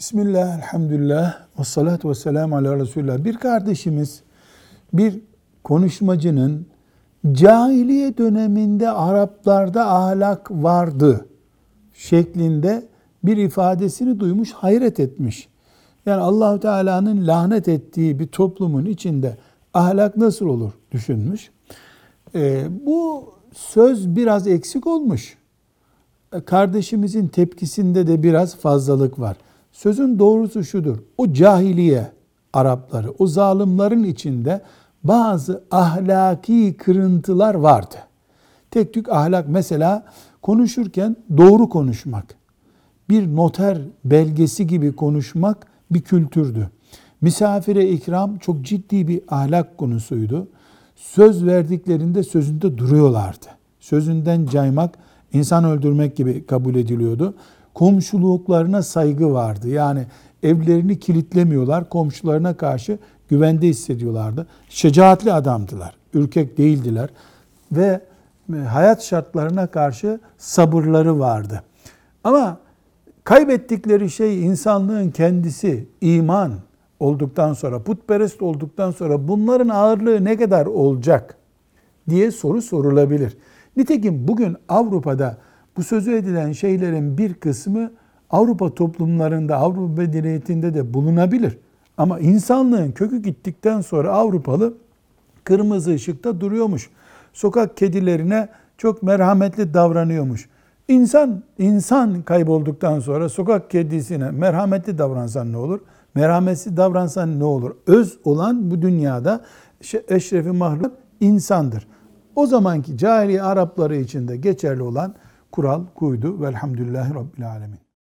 Bismillah, elhamdülillah, ve salatu ve selamu ala Resulullah. Bir kardeşimiz, bir konuşmacının cahiliye döneminde Araplarda ahlak vardı şeklinde bir ifadesini duymuş, hayret etmiş. Yani Allahu Teala'nın lanet ettiği bir toplumun içinde ahlak nasıl olur düşünmüş. Bu söz biraz eksik olmuş. Kardeşimizin tepkisinde de biraz fazlalık var. Sözün doğrusu şudur: o cahiliye Arapları, o zalimlerin içinde bazı ahlaki kırıntılar vardı. Tek tük ahlak, mesela konuşurken doğru konuşmak, bir noter belgesi gibi konuşmak bir kültürdü. Misafire ikram çok ciddi bir ahlak konusuydu. Söz verdiklerinde sözünde duruyorlardı. Sözünden caymak, insan öldürmek gibi kabul ediliyordu. Komşuluklarına saygı vardı. Yani evlerini kilitlemiyorlar, komşularına karşı güvende hissediyorlardı. Şecaatli adamdılar, ürkek değildiler ve hayat şartlarına karşı sabırları vardı. Ama kaybettikleri şey insanlığın kendisi, iman olduktan sonra, putperest olduktan sonra bunların ağırlığı ne kadar olacak diye soru sorulabilir. Nitekim bugün Avrupa'da bu sözü edilen şeylerin bir kısmı Avrupa toplumlarında, Avrupa medeniyetinde de bulunabilir. Ama insanlığın kökü gittikten sonra Avrupalı kırmızı ışıkta duruyormuş. Sokak kedilerine çok merhametli davranıyormuş. İnsan kaybolduktan sonra sokak kedisine merhametli davransan ne olur? Merhametsiz davransan ne olur? Öz olan bu dünyada eşrefi mahluk insandır. O zamanki cahiliye Arapları içinde geçerli olan kural buydu. Velhamdülillahi Rabbil Alemin.